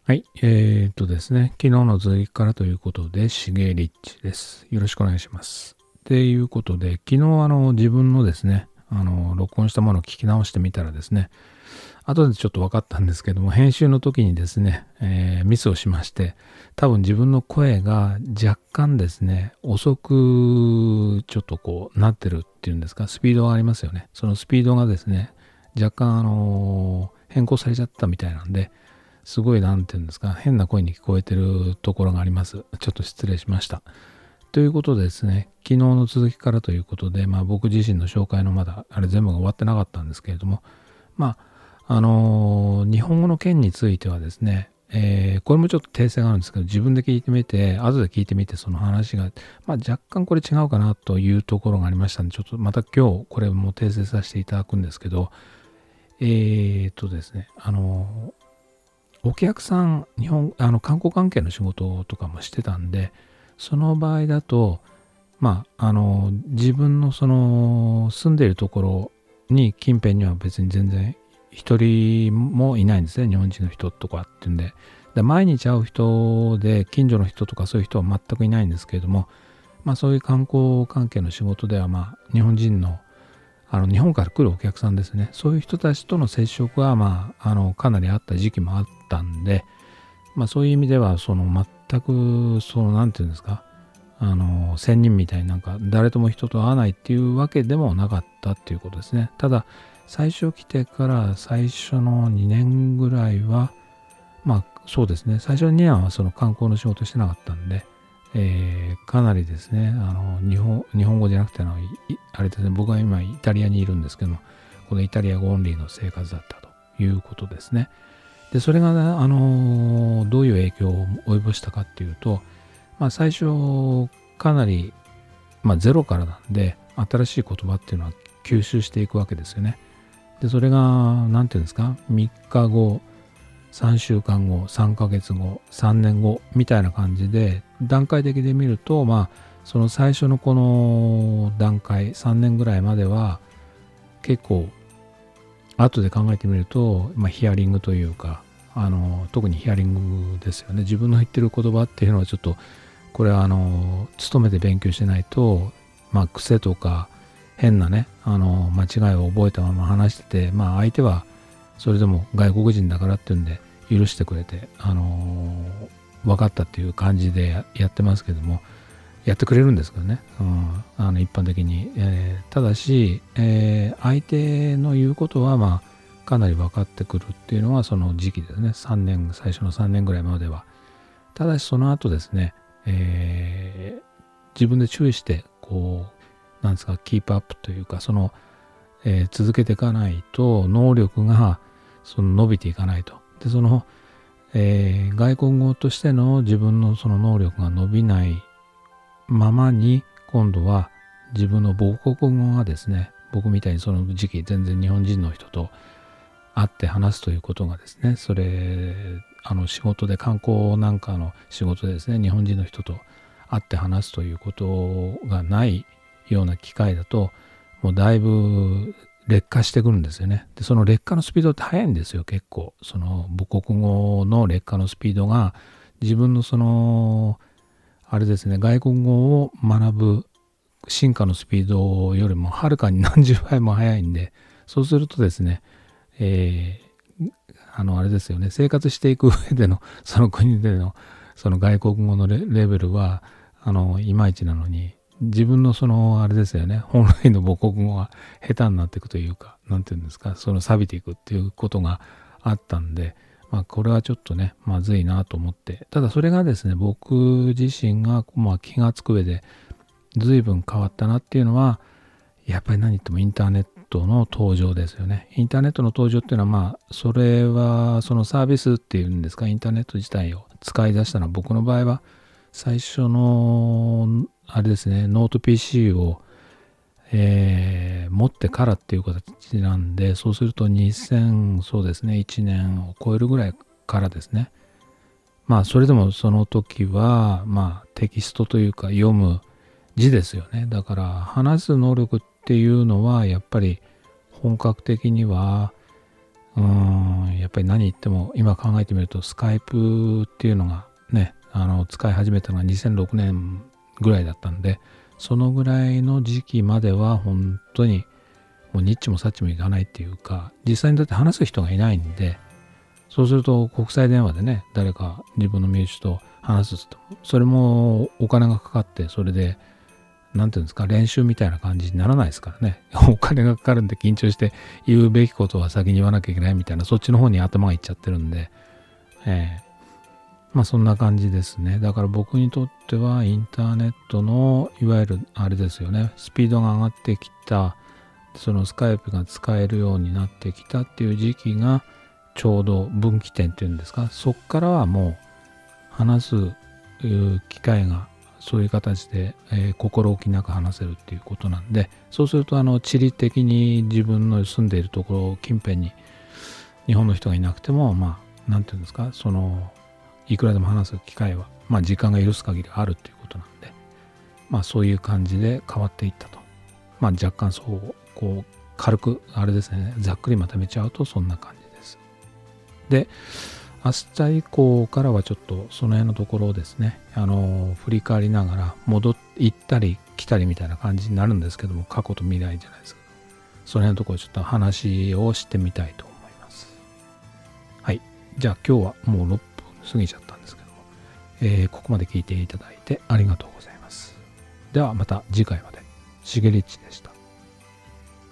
はい。ですね、昨日の続きからということで、しげりっちです。よろしくお願いします。ということで、昨日自分のですね、録音したものを聞き直してみたらですね、後でちょっと分かったんですけども、編集の時にですね、ミスをしまして、多分自分の声が若干ですね、遅くちょっとなってるっていうんですか、スピードがありますよね。そのスピードがですね、若干変更されちゃったみたいなんで、すごいなんていうんですか、変な声に聞こえてるところがあります。ちょっと失礼しました。ということでですね、昨日の続きからということで、僕自身の紹介のまだあれ全部が終わってなかったんですけれども、日本語の件についてはですね、これもちょっと訂正があるんですけど、自分で聞いてみて、後で聞いてみて、その話が、若干これ違うかなというところがありましたので、ちょっとまた今日これも訂正させていただくんですけど、ですね、お客さん、観光関係の仕事とかもしてたんで、その場合だと、自分のその住んでいるところに近辺には別に全然一人もいないんですね、日本人の人とかっていうんで。毎日会う人で、近所の人とかそういう人は全くいないんですけれども、そういう観光関係の仕事では、日本人の日本から来るお客さんですね。そういう人たちとの接触は、かなりあった時期もあったんで、そういう意味では、全く、なんていうんですか、仙人みたいになんか、誰とも人と会わないっていうわけでもなかったっていうことですね。ただ、最初来てから最初の2年ぐらいは、そうですね。最初の2年はその観光の仕事してなかったんで、かなりですね、日本語じゃなくてあれですね、僕は今イタリアにいるんですけども、このイタリア語オンリーの生活だったということですね。で、それが、どういう影響を及ぼしたかっていうと、最初、かなり、ゼロからなんで、新しい言葉っていうのは吸収していくわけですよね。で、それが、なんていうんですか、3日後、3週間後、3ヶ月後、3年後みたいな感じで段階的で見ると、その最初のこの段階、3年ぐらいまでは結構後で考えてみると、ヒアリングというか、特にヒアリングですよね。自分の言ってる言葉っていうのはちょっと、これは勤めて勉強してないと、癖とか変なね、間違いを覚えたまま話してて、相手はそれでも外国人だからっていうんで許してくれて、分かったっていう感じでやってますけども、やってくれるんですけどね、一般的に。ただし、相手の言うことは、かなり分かってくるっていうのはその時期ですね。最初の3年ぐらいまでは。ただしその後ですね、自分で注意して、なんですか、キープアップというか、続けていかないと能力が伸びていかないと。で、外国語としての自分のその能力が伸びないままに、今度は自分の母国語がですね、僕みたいにその時期全然日本人の人と会って話すということがですね、仕事で観光なんかの仕事でですね、日本人の人と会って話すということがないような機会だと、もうだいぶ劣化してくるんですよね。で、その劣化のスピードって速いんですよ、結構。その母国語の劣化のスピードが、自分のあれですね、外国語を学ぶ進化のスピードよりもはるかに何十倍も速いんで、そうするとですね、あれですよね、生活していく上での、その国での、その外国語のレベルは、いまいちなのに、自分のあれですよね、本来の母国語が下手になっていくというか、なんていうんですか、錆びていくっていうことがあったんで、これはちょっとね、まずいなと思って、ただそれがですね、僕自身が気がつく上で、随分変わったなっていうのは、やっぱり何言ってもインターネットの登場ですよね。インターネットの登場っていうのは、それはそのサービスっていうんですか、インターネット自体を使い出したのは、僕の場合は最初のあれですね、ノート PC を、持ってからっていう形なんで、そうするとそうですね、1年を超えるぐらいからですね。それでもその時は、テキストというか読む字ですよね。だから話す能力っていうのはやっぱり本格的にはやっぱり何言っても今考えてみるとスカイプっていうのがね、使い始めたのが2006年ぐらいだったんで、そのぐらいの時期までは本当にもうニッチもサッチもいかないっていうか、実際にだって話す人がいないんで、そうすると国際電話でね、誰か自分の身内と話すと、それもお金がかかって、それでなんていうんですか、練習みたいな感じにならないですからね。お金がかかるんで緊張して言うべきことは先に言わなきゃいけないみたいな、そっちの方に頭がいっちゃってるんで、まあそんな感じですね。だから僕にとってはインターネットのいわゆるあれですよね、スピードが上がってきた、そのスカイプが使えるようになってきたっていう時期がちょうど分岐点っていうんですか、そっからはもう話す機会がそういう形で、心置きなく話せるっていうことなんで、そうすると地理的に自分の住んでいるところ近辺に日本の人がいなくても、まあなんていうんですか、そのいくらでも話す機会は、まあ時間が許す限りあるっていうことなんで、まあそういう感じで変わっていったと。まあ若干そうこう軽くあれですね、ざっくりまとめちゃうとそんな感じです。で、明日以降からはちょっとその辺のところをですね、振り返りながら行ったり来たりみたいな感じになるんですけども、過去と未来じゃないですか。その辺のところちょっと話をしてみたいと思います。はい。じゃあ今日はもう6分過ぎちゃったんですけども、ここまで聞いていただいてありがとうございます。ではまた次回まで。しげりっちでした。